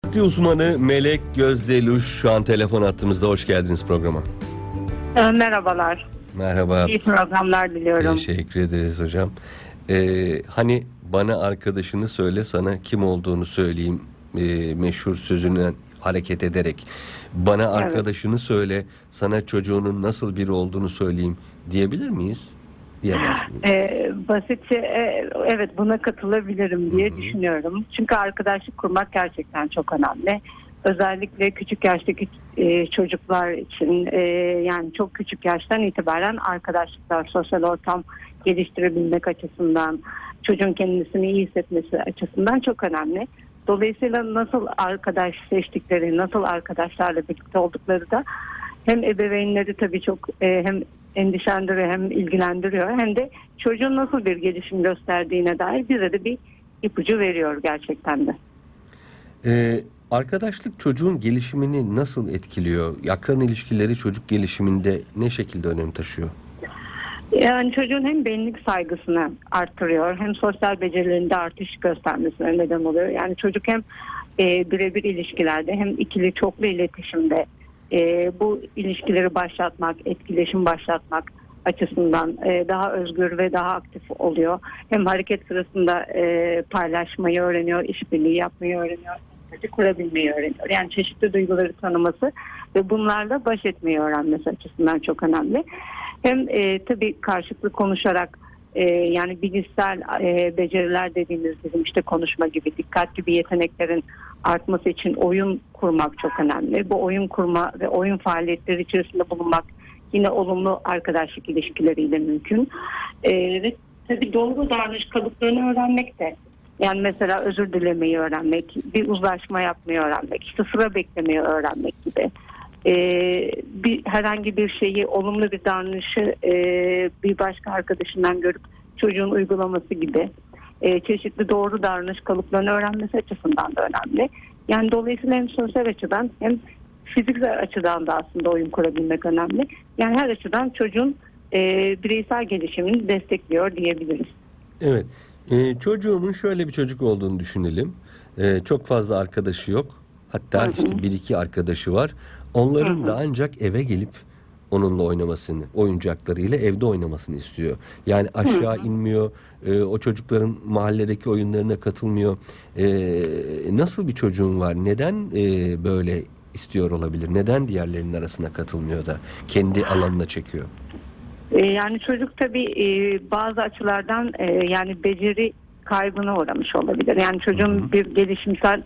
İlişki uzmanı Melek Gözdeluş şu an telefon attığımızda. Hoş geldiniz programa. Merhabalar. Merhaba. İyi programlar diliyorum. Teşekkür ederiz hocam. Hani bana arkadaşını söyle, sana kim olduğunu söyleyeyim meşhur sözüne hareket ederek. Bana arkadaşını söyle, sana çocuğunun nasıl biri olduğunu söyleyeyim diyebilir miyiz? Diyemez miyiz? Basitçe evet, buna katılabilirim diye düşünüyorum. Çünkü arkadaşlık kurmak gerçekten çok önemli. Özellikle küçük yaştaki çocuklar için yani çok küçük yaştan itibaren arkadaşlıklar, sosyal ortam geliştirebilmek açısından, çocuğun kendisini iyi hissetmesi açısından çok önemli. Dolayısıyla nasıl arkadaş seçtikleri, nasıl arkadaşlarla birlikte oldukları da hem ebeveynleri tabii çok hem endişelendiriyor, hem ilgilendiriyor, hem de çocuğun nasıl bir gelişim gösterdiğine dair bize de bir ipucu veriyor gerçekten de. Arkadaşlık çocuğun gelişimini nasıl etkiliyor? Akran ilişkileri çocuk gelişiminde ne şekilde önem taşıyor? Yani çocuğun hem benlik saygısını arttırıyor, hem sosyal becerilerinde artış göstermesine neden oluyor. Yani çocuk hem birebir ilişkilerde hem ikili çoklu iletişimde bu ilişkileri başlatmak, etkileşim başlatmak açısından daha özgür ve daha aktif oluyor. Hem hareket sırasında paylaşmayı öğreniyor, işbirliği yapmayı öğreniyor, empati kurabilmeyi öğreniyor. Yani çeşitli duyguları tanıması ve bunlarla baş etmeyi öğrenmesi açısından çok önemli. Hem tabii karşılıklı konuşarak yani bilişsel beceriler dediğimiz bizim işte konuşma gibi, dikkat gibi yeteneklerin artması için oyun kurmak çok önemli. Bu oyun kurma ve oyun faaliyetleri içerisinde bulunmak yine olumlu arkadaşlık ilişkileriyle mümkün. Ve tabii doğru davranış kalıplarını öğrenmek de, yani mesela özür dilemeyi öğrenmek, bir uzlaşma yapmayı öğrenmek, işte sıra beklemeyi öğrenmek gibi. Herhangi bir şeyi, olumlu bir davranışı bir başka arkadaşından görüp çocuğun uygulaması gibi çeşitli doğru davranış kalıplarını öğrenmesi açısından da önemli. Yani dolayısıyla hem sosyal açıdan hem fiziksel açıdan da aslında oyun kurabilmek önemli. Yani her açıdan çocuğun bireysel gelişimini destekliyor diyebiliriz. Evet. Çocuğumun şöyle bir çocuk olduğunu düşünelim. Çok fazla arkadaşı yok. Hatta işte bir iki arkadaşı var. Onların da ancak eve gelip onunla oynamasını, oyuncaklarıyla evde oynamasını istiyor. Yani aşağı inmiyor. O çocukların mahalledeki oyunlarına katılmıyor. Nasıl bir çocuğun var? Neden böyle istiyor olabilir? Neden diğerlerinin arasına katılmıyor da kendi alanına çekiyor? Yani çocuk tabii bazı açılardan yani beceri kaybına uğramış olabilir. Yani çocuğun bir gelişimsel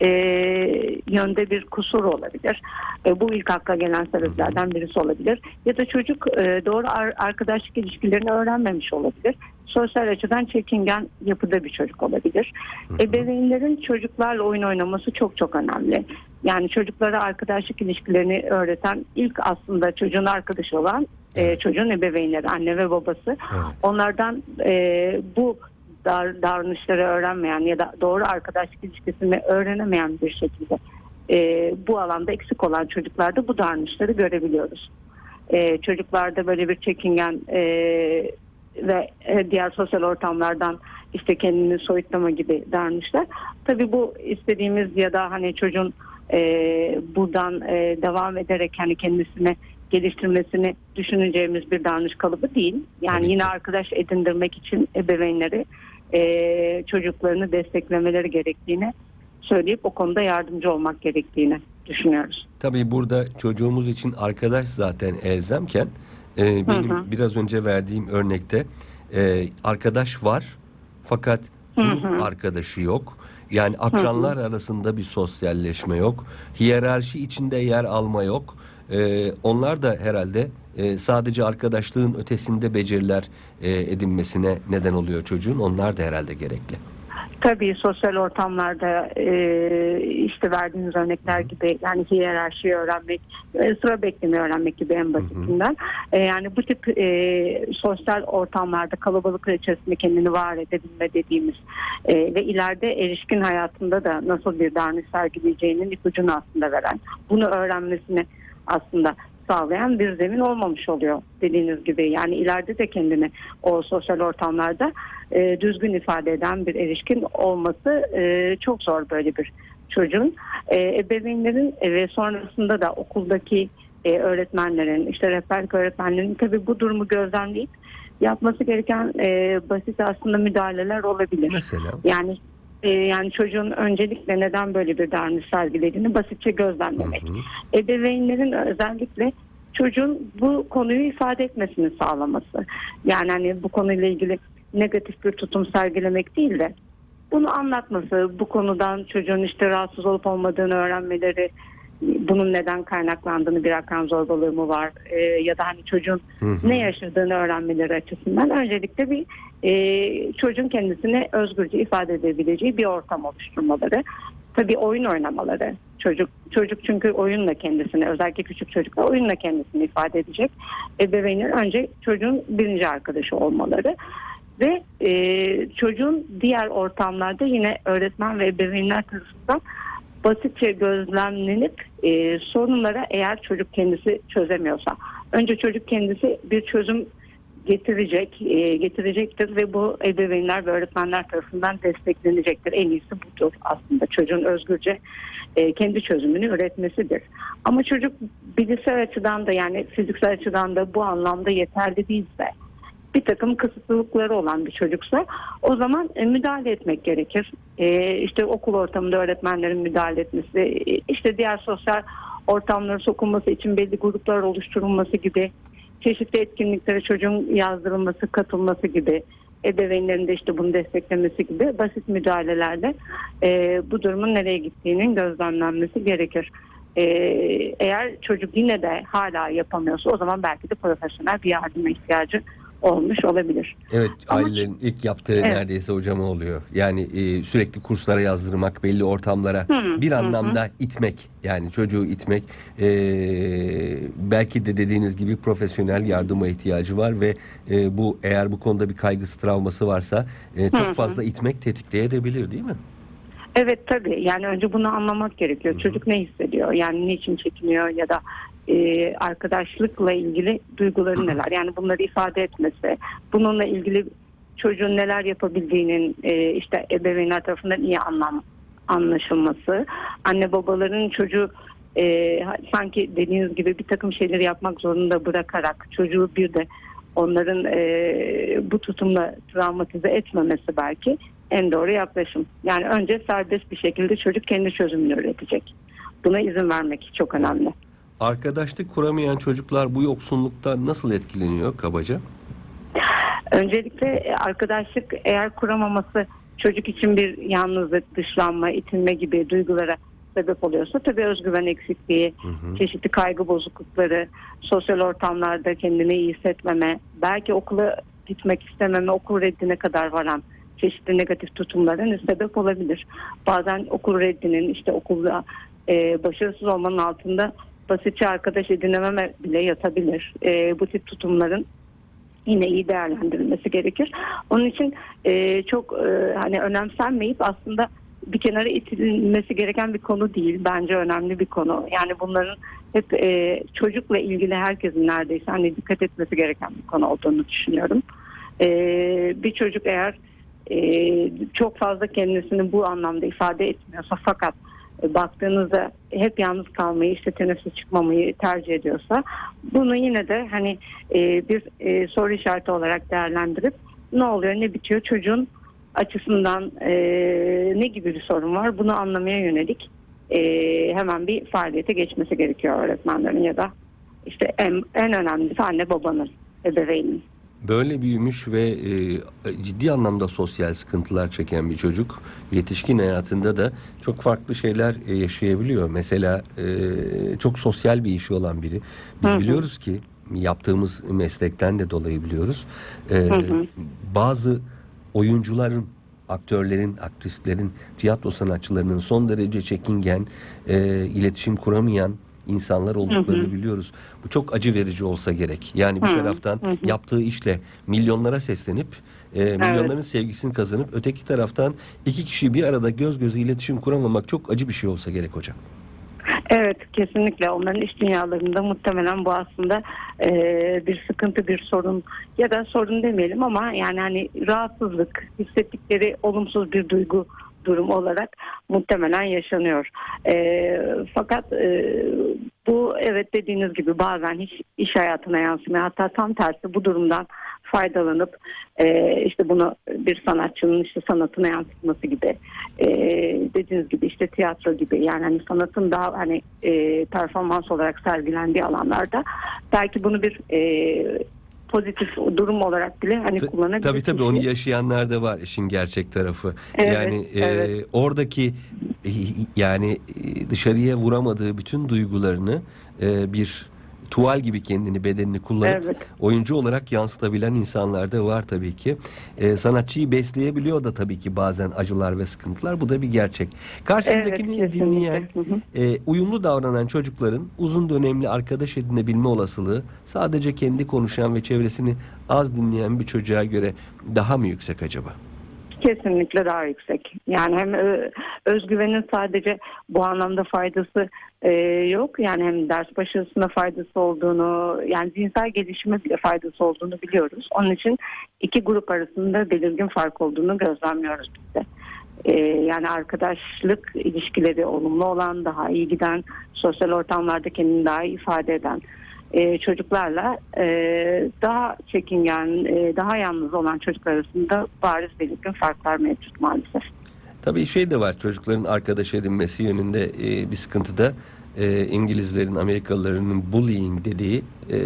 yönde bir kusur olabilir. Bu ilk akla gelen sebeplerden birisi olabilir. Ya da çocuk doğru arkadaşlık ilişkilerini öğrenmemiş olabilir. Sosyal açıdan çekingen yapıda bir çocuk olabilir. Ebeveynlerin çocuklarla oyun oynaması çok çok önemli. Yani çocuklara arkadaşlık ilişkilerini öğreten ilk aslında çocuğun arkadaşı olan çocuğun ebeveynleri, anne ve babası. Evet. Onlardan bu davranışları öğrenmeyen ya da doğru arkadaşlık ilişkisini öğrenemeyen bir şekilde bu alanda eksik olan çocuklarda bu davranışları görebiliyoruz. Çocuklarda böyle bir çekingen ve diğer sosyal ortamlardan işte kendini soyutlama gibi davranışlar. Tabii bu istediğimiz ya da hani çocuğun buradan devam ederek hani kendisini geliştirmesini düşüneceğimiz bir davranış kalıbı değil. Yani yine arkadaş edindirmek için ebeveynleri çocuklarını desteklemeleri gerektiğini söyleyip o konuda yardımcı olmak gerektiğini düşünüyoruz. Tabii burada çocuğumuz için arkadaş zaten elzemken benim biraz önce verdiğim örnekte arkadaş var fakat grup arkadaşı yok. Yani akranlar arasında bir sosyalleşme yok. Hiyerarşi içinde yer alma yok. Onlar da herhalde sadece arkadaşlığın ötesinde beceriler edinmesine neden oluyor çocuğun. Onlar da herhalde gerekli. Tabii sosyal ortamlarda işte verdiğiniz örnekler gibi yani hiyerarşiyi öğrenmek, sıra beklemeyi öğrenmek gibi en basitinden. Yani bu tip sosyal ortamlarda kalabalıklar içerisinde kendini var edebilme dediğimiz ve ileride erişkin hayatında da nasıl bir davranış sergileyeceğinin ipucunu aslında veren, bunu öğrenmesini aslında sağlayan bir zemin olmamış oluyor dediğiniz gibi. Yani ileride de kendini o sosyal ortamlarda düzgün ifade eden bir erişkin olması çok zor böyle bir çocuğun. Ebeveynlerin ve sonrasında da okuldaki öğretmenlerin, işte rehberlik öğretmenlerin tabii bu durumu gözlemleyip yapması gereken basit aslında müdahaleler olabilir. Mesela? Yani çocuğun öncelikle neden böyle bir davranış sergilediğini basitçe gözlemlemek. Hı hı. Ebeveynlerin özellikle çocuğun bu konuyu ifade etmesini sağlaması. Yani hani bu konuyla ilgili negatif bir tutum sergilemek değil de bunu anlatması, bu konudan çocuğun işte rahatsız olup olmadığını öğrenmeleri, bunun neden kaynaklandığını, bir akran zorbalığı mı var ya da hani çocuğun ne yaşadığını öğrenmeleri açısından öncelikle bir çocuğun kendisini özgürce ifade edebileceği bir ortam oluşturmaları. Tabii oyun oynamaları. Çocuk çünkü oyunla kendisini, özellikle küçük çocuklar oyunla kendisini ifade edecek. Ebeveynler önce çocuğun birinci arkadaşı olmaları ve çocuğun diğer ortamlarda yine öğretmen ve ebeveynler tarafından basitçe gözlemlenip sorunlara, eğer çocuk kendisi çözemiyorsa, önce çocuk kendisi bir çözüm getirecektir ve bu ebeveynler ve öğretmenler tarafından desteklenecektir. En iyisi budur aslında, çocuğun özgürce kendi çözümünü üretmesidir. Ama çocuk bilişsel açıdan da, yani fiziksel açıdan da bu anlamda yeterli değilse, bir takım kısıtlılıkları olan bir çocuksa, o zaman müdahale etmek gerekir. İşte okul ortamında öğretmenlerin müdahale etmesi, işte diğer sosyal ortamlara sokulması için belli gruplar oluşturulması gibi, çeşitli etkinliklere çocuğun yazdırılması, katılması gibi, ebeveynlerin de işte bunu desteklemesi gibi basit müdahalelerle bu durumun nereye gittiğinin gözlemlenmesi gerekir. Eğer çocuk yine de hala yapamıyorsa, o zaman belki de profesyonel bir yardıma ihtiyacı olmuş olabilir. Evet, Ama ailelerin ilk yaptığı neredeyse hocam oluyor. Yani sürekli kurslara yazdırmak, belli ortamlara bir anlamda itmek, yani çocuğu itmek. Belki de dediğiniz gibi profesyonel yardıma ihtiyacı var ve eğer bu konuda bir kaygısı, travması varsa çok fazla itmek tetikleyebilir, değil mi? Evet, tabii. Yani önce bunu anlamak gerekiyor. Çocuk ne hissediyor? Yani niçin çekiniyor ya da arkadaşlıkla ilgili duyguları neler? Yani bunları ifade etmesi, bununla ilgili çocuğun neler yapabildiğinin işte ebeveynler tarafından iyi anlaşılması, anne babaların çocuğu sanki dediğiniz gibi bir takım şeyleri yapmak zorunda bırakarak çocuğu bir de onların bu tutumla travmatize etmemesi belki en doğru yaklaşım. Yani önce serbest bir şekilde çocuk kendi çözümünü üretecek. Buna izin vermek çok önemli. Arkadaşlık kuramayan çocuklar bu yoksunluktan nasıl etkileniyor kabaca? Öncelikle arkadaşlık eğer kuramaması çocuk için bir yalnızlık, dışlanma, itilme gibi duygulara sebep oluyorsa, tabii özgüven eksikliği, çeşitli kaygı bozuklukları, sosyal ortamlarda kendini iyi hissetmeme, belki okula gitmek istememe, okul reddine kadar varan çeşitli negatif tutumlara sebep olabilir. Bazen okul reddinin, işte okulda başarısız olmanın altında basitçe arkadaş edinememe bile yatabilir. Bu tip tutumların yine iyi değerlendirilmesi gerekir. Onun için çok hani önemsenmeyip aslında bir kenara itilmesi gereken bir konu değil. Bence önemli bir konu. Yani bunların hep çocukla ilgili herkesin neredeyse hani dikkat etmesi gereken bir konu olduğunu düşünüyorum. Bir çocuk eğer çok fazla kendisini bu anlamda ifade etmiyorsa, fakat baktığınızda hep yalnız kalmayı, işte teneffüse çıkmamayı tercih ediyorsa, bunu yine de hani bir soru işareti olarak değerlendirip ne oluyor, ne bitiyor, çocuğun açısından ne gibi bir sorun var, bunu anlamaya yönelik hemen bir faaliyete geçmesi gerekiyor öğretmenlerin ya da işte en önemlisi anne babanın, ebeveynin. Böyle büyümüş ve ciddi anlamda sosyal sıkıntılar çeken bir çocuk yetişkin hayatında da çok farklı şeyler yaşayabiliyor. Mesela çok sosyal bir işi olan biri. Biz biliyoruz ki, yaptığımız meslekten de dolayı biliyoruz. Bazı oyuncuların, aktörlerin, aktrislerin, tiyatro sanatçılarının son derece çekingen, iletişim kuramayan insanlar olduklarını biliyoruz. Bu çok acı verici olsa gerek. Yani bir taraftan yaptığı işle milyonlara seslenip milyonların sevgisini kazanıp, öteki taraftan iki kişi bir arada göz göze iletişim kuramamak çok acı bir şey olsa gerek hocam. Evet, kesinlikle onların iş dünyalarında muhtemelen bu aslında bir sıkıntı, bir sorun ya da sorun demeyelim ama yani hani rahatsızlık, hissettikleri olumsuz bir duygu durum olarak muhtemelen yaşanıyor. Fakat bu evet dediğiniz gibi bazen hiç iş hayatına yansımıyor. Hatta tam tersi bu durumdan faydalanıp işte bunu bir sanatçının işte sanatına yansıtması gibi dediğiniz gibi işte tiyatro gibi yani hani sanatın daha hani performans olarak sergilendiği alanlarda belki bunu bir pozitif durum olarak bile hani kullanabilir. Tabii onu yaşayanlar da var işin gerçek tarafı. Evet, Yani evet. oradaki yani dışarıya vuramadığı bütün duygularını bir tuval gibi kendini bedenini kullanıp Evet. oyuncu olarak yansıtabilen insanlar da var tabii ki. Sanatçıyı besleyebiliyor da tabii ki bazen acılar ve sıkıntılar. Bu da bir gerçek. Karşısındakini Evet, dinleyen, kesinlikle. Hı hı. uyumlu davranan çocukların uzun dönemli arkadaş edinebilme olasılığı sadece kendi konuşan ve çevresini az dinleyen bir çocuğa göre daha mı yüksek acaba? Kesinlikle daha yüksek. Yani hem özgüvenin sadece bu anlamda faydası yok. Yani hem ders başarısına faydası olduğunu, yani cinsel gelişime bile faydası olduğunu biliyoruz. Onun için iki grup arasında belirgin fark olduğunu gözlemliyoruz biz de. Yani arkadaşlık ilişkileri olumlu olan, daha iyi giden, sosyal ortamlarda kendini daha iyi ifade eden çocuklarla daha çekingen, daha yalnız olan çocuklar arasında bariz belirgin farklar mevcut maalesef. Tabii şey de var, çocukların arkadaş edinmesi yönünde bir sıkıntı da İngilizlerin, Amerikalıların bullying dediği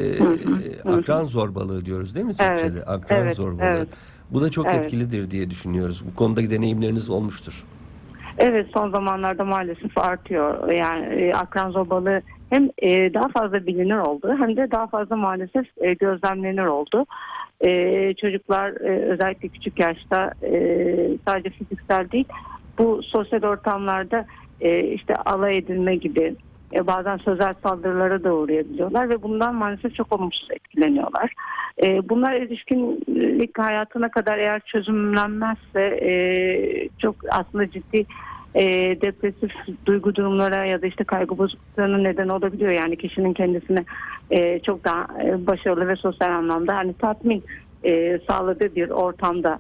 akran zorbalığı diyoruz değil mi Evet, Türkçe'de? Akran evet, zorbalığı. evet, Bu da çok evet. etkilidir diye düşünüyoruz. Bu konudaki deneyimleriniz olmuştur. Evet, son zamanlarda maalesef artıyor. Yani akran zorbalığı hem daha fazla bilinir oldu hem de daha fazla maalesef gözlemlenir oldu. Çocuklar özellikle küçük yaşta sadece fiziksel değil, bu sosyal ortamlarda işte alay edilme gibi bazen sözel saldırılara da uğrayabiliyorlar ve bundan maalesef çok olumsuz etkileniyorlar. Bunlar erişkinlik hayatına kadar eğer çözümlenmezse çok aslında ciddi depresif duygu durumlara ya da işte kaygı bozukluklarına neden olabiliyor. Yani kişinin kendisine çok daha başarılı ve sosyal anlamda hani tatmin sağladığı bir ortamda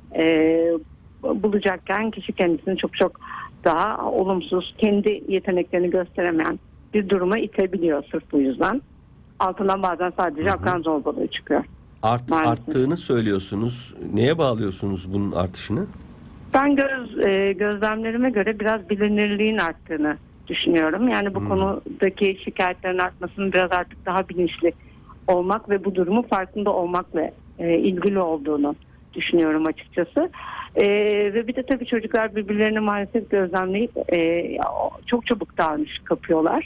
bulacakken kişi kendisini çok daha olumsuz, kendi yeteneklerini gösteremeyen bir duruma itebiliyor sırf bu yüzden. Altından bazen sadece akran zorbalığı çıkıyor. Arttığını söylüyorsunuz. Neye bağlıyorsunuz bunun artışını? Ben gözlemlerime göre biraz bilinirliğin arttığını düşünüyorum. Yani bu konudaki şikayetlerin artmasının biraz artık daha bilinçli olmak ve bu durumun farkında olmakla ilgili olduğunu düşünüyorum açıkçası. Ve bir de tabii çocuklar birbirlerini maalesef gözlemleyip çok çabuk davranış kapıyorlar.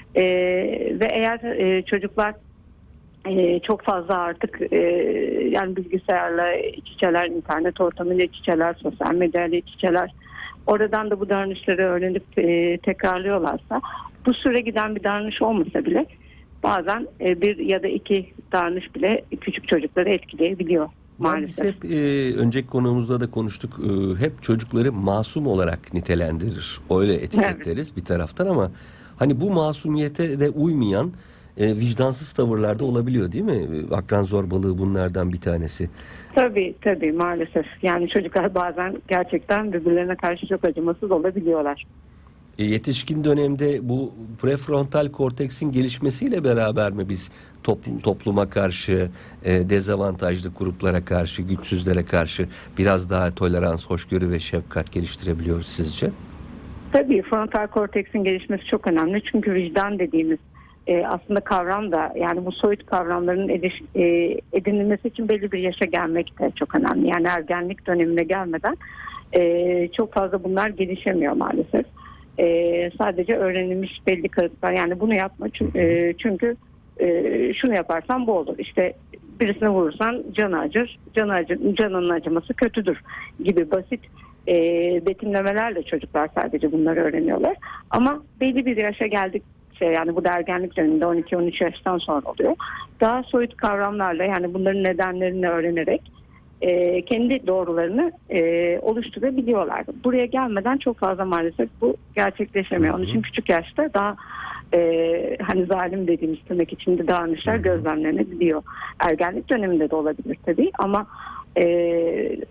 Ve eğer çocuklar çok fazla artık yani bilgisayarla iç içeler, internet ortamıyla iç içeler, sosyal medyayla iç içeler. Oradan da bu davranışları öğrenip tekrarlıyorlarsa bu süre giden bir davranış olmasa bile bazen bir ya da iki davranış bile küçük çocukları etkileyebiliyor maalesef. Biz hep önceki konuğumuzda da konuştuk. Hep çocukları masum olarak nitelendirir. Öyle etiketleriz bir taraftan ama hani bu masumiyete de uymayan vicdansız tavırlarda olabiliyor değil mi? Akran zorbalığı bunlardan bir tanesi. Tabii maalesef. Yani çocuklar bazen gerçekten birbirlerine karşı çok acımasız olabiliyorlar. Yetişkin dönemde bu prefrontal korteksin gelişmesiyle beraber mi biz topluma karşı, dezavantajlı gruplara karşı, güçsüzlere karşı biraz daha tolerans, hoşgörü ve şefkat geliştirebiliyoruz sizce? Tabii frontal korteksin gelişmesi çok önemli. Çünkü vicdan dediğimiz aslında kavram da yani bu soyut kavramların edinilmesi için belli bir yaşa gelmek de çok önemli. Yani ergenlik dönemine gelmeden çok fazla bunlar gelişemiyor maalesef. Sadece öğrenilmiş belli kalıplar. Yani bunu yapma çünkü şunu yaparsan bu olur. İşte birisine vurursan canı acır, canının acıması kötüdür gibi basit betimlemelerle çocuklar sadece bunları öğreniyorlar. Ama belli bir yaşa geldikçe yani bu da ergenlik döneminde 12-13 yaştan sonra oluyor. Daha soyut kavramlarla yani bunların nedenlerini öğrenerek kendi doğrularını oluşturabiliyorlar. Buraya gelmeden çok fazla maalesef bu gerçekleşemiyor. Onun için küçük yaşta daha hani zalim dediğimiz tırnak içinde davranışlar gözlemlenebiliyor. Ergenlik döneminde de olabilir tabii ama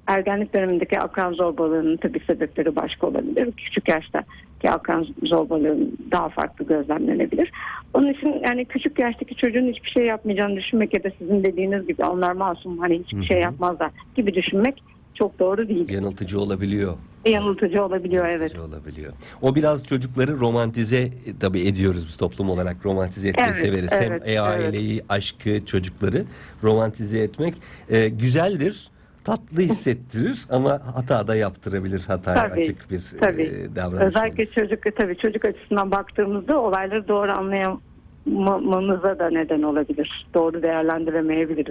ergenlik dönemindeki akran zorbalığının tabii sebepleri başka olabilir. Küçük yaştaki akran zorbalığının daha farklı gözlemlenebilir. Onun için yani küçük yaştaki çocuğun hiçbir şey yapmayacağını düşünmek ya da sizin dediğiniz gibi onlar masum, hani hiçbir şey yapmazlar gibi düşünmek çok doğru değil. Yanıltıcı olabiliyor. Yanıltıcı olabiliyor, evet. Yanıltıcı olabiliyor. O biraz çocukları romantize tabii ediyoruz biz toplum olarak, romantize etmeyi severiz. Hem aileyi, aşkı, çocukları romantize etmek güzeldir. Tatlı hissettirir ama hata da yaptırabilir. Hataya açık bir davranış. Özellikle çocuk açısından baktığımızda olayları doğru anlayamamamıza da neden olabilir. Doğru değerlendiremeyebiliriz.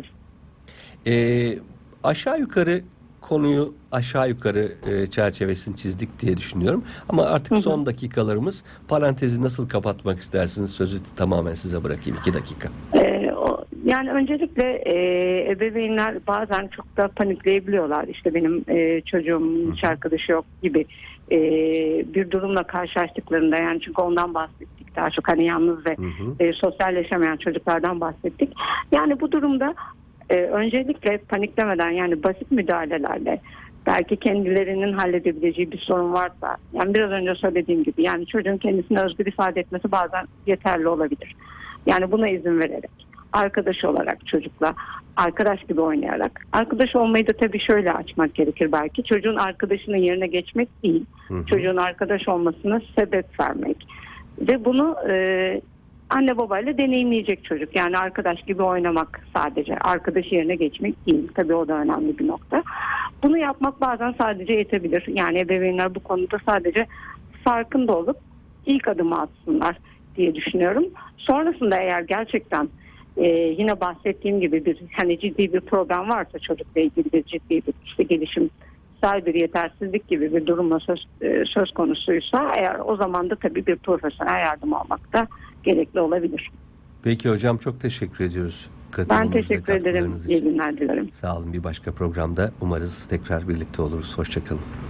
Aşağı yukarı konuyu çerçevesini çizdik diye düşünüyorum. Ama artık son dakikalarımız, parantezi nasıl kapatmak istersiniz? Sözü tamamen size bırakayım. 2 dakika. Yani öncelikle ebeveynler bazen çok da panikleyebiliyorlar. İşte benim çocuğumun hiç arkadaşı yok gibi bir durumla karşılaştıklarında, yani çünkü ondan bahsettik. Daha çok hani yalnız ve sosyalleşemeyen çocuklardan bahsettik. Yani bu durumda öncelikle paniklemeden, yani basit müdahalelerle, belki kendilerinin halledebileceği bir sorun varsa, yani biraz önce söylediğim gibi, yani çocuğun kendisini özgür ifade etmesi bazen yeterli olabilir. Yani buna izin vererek, arkadaş olarak çocukla, arkadaş gibi oynayarak. Arkadaş olmayı da tabii şöyle açmak gerekir belki. Çocuğun arkadaşının yerine geçmek değil. Çocuğun arkadaş olmasına sebep vermek. Ve bunu anne babayla deneyimleyecek çocuk. Yani arkadaş gibi oynamak sadece. Arkadaş yerine geçmek değil. Tabii o da önemli bir nokta. Bunu yapmak bazen sadece yetebilir. Yani ebeveynler bu konuda sadece farkında olup ilk adımı atsınlar diye düşünüyorum. Sonrasında eğer gerçekten yine bahsettiğim gibi bir hani ciddi bir problem varsa, çocukla ilgili bir ciddi bir işte gelişimsel bir yetersizlik gibi bir durumla söz konusuysa, eğer o zaman da tabii bir profesyonel yardım almak da gerekli olabilir. Peki hocam, çok teşekkür ediyoruz. Ben teşekkür ederim. İyi günler dilerim. Sağ olun. Bir başka programda umarız tekrar birlikte oluruz. Hoşça kalın.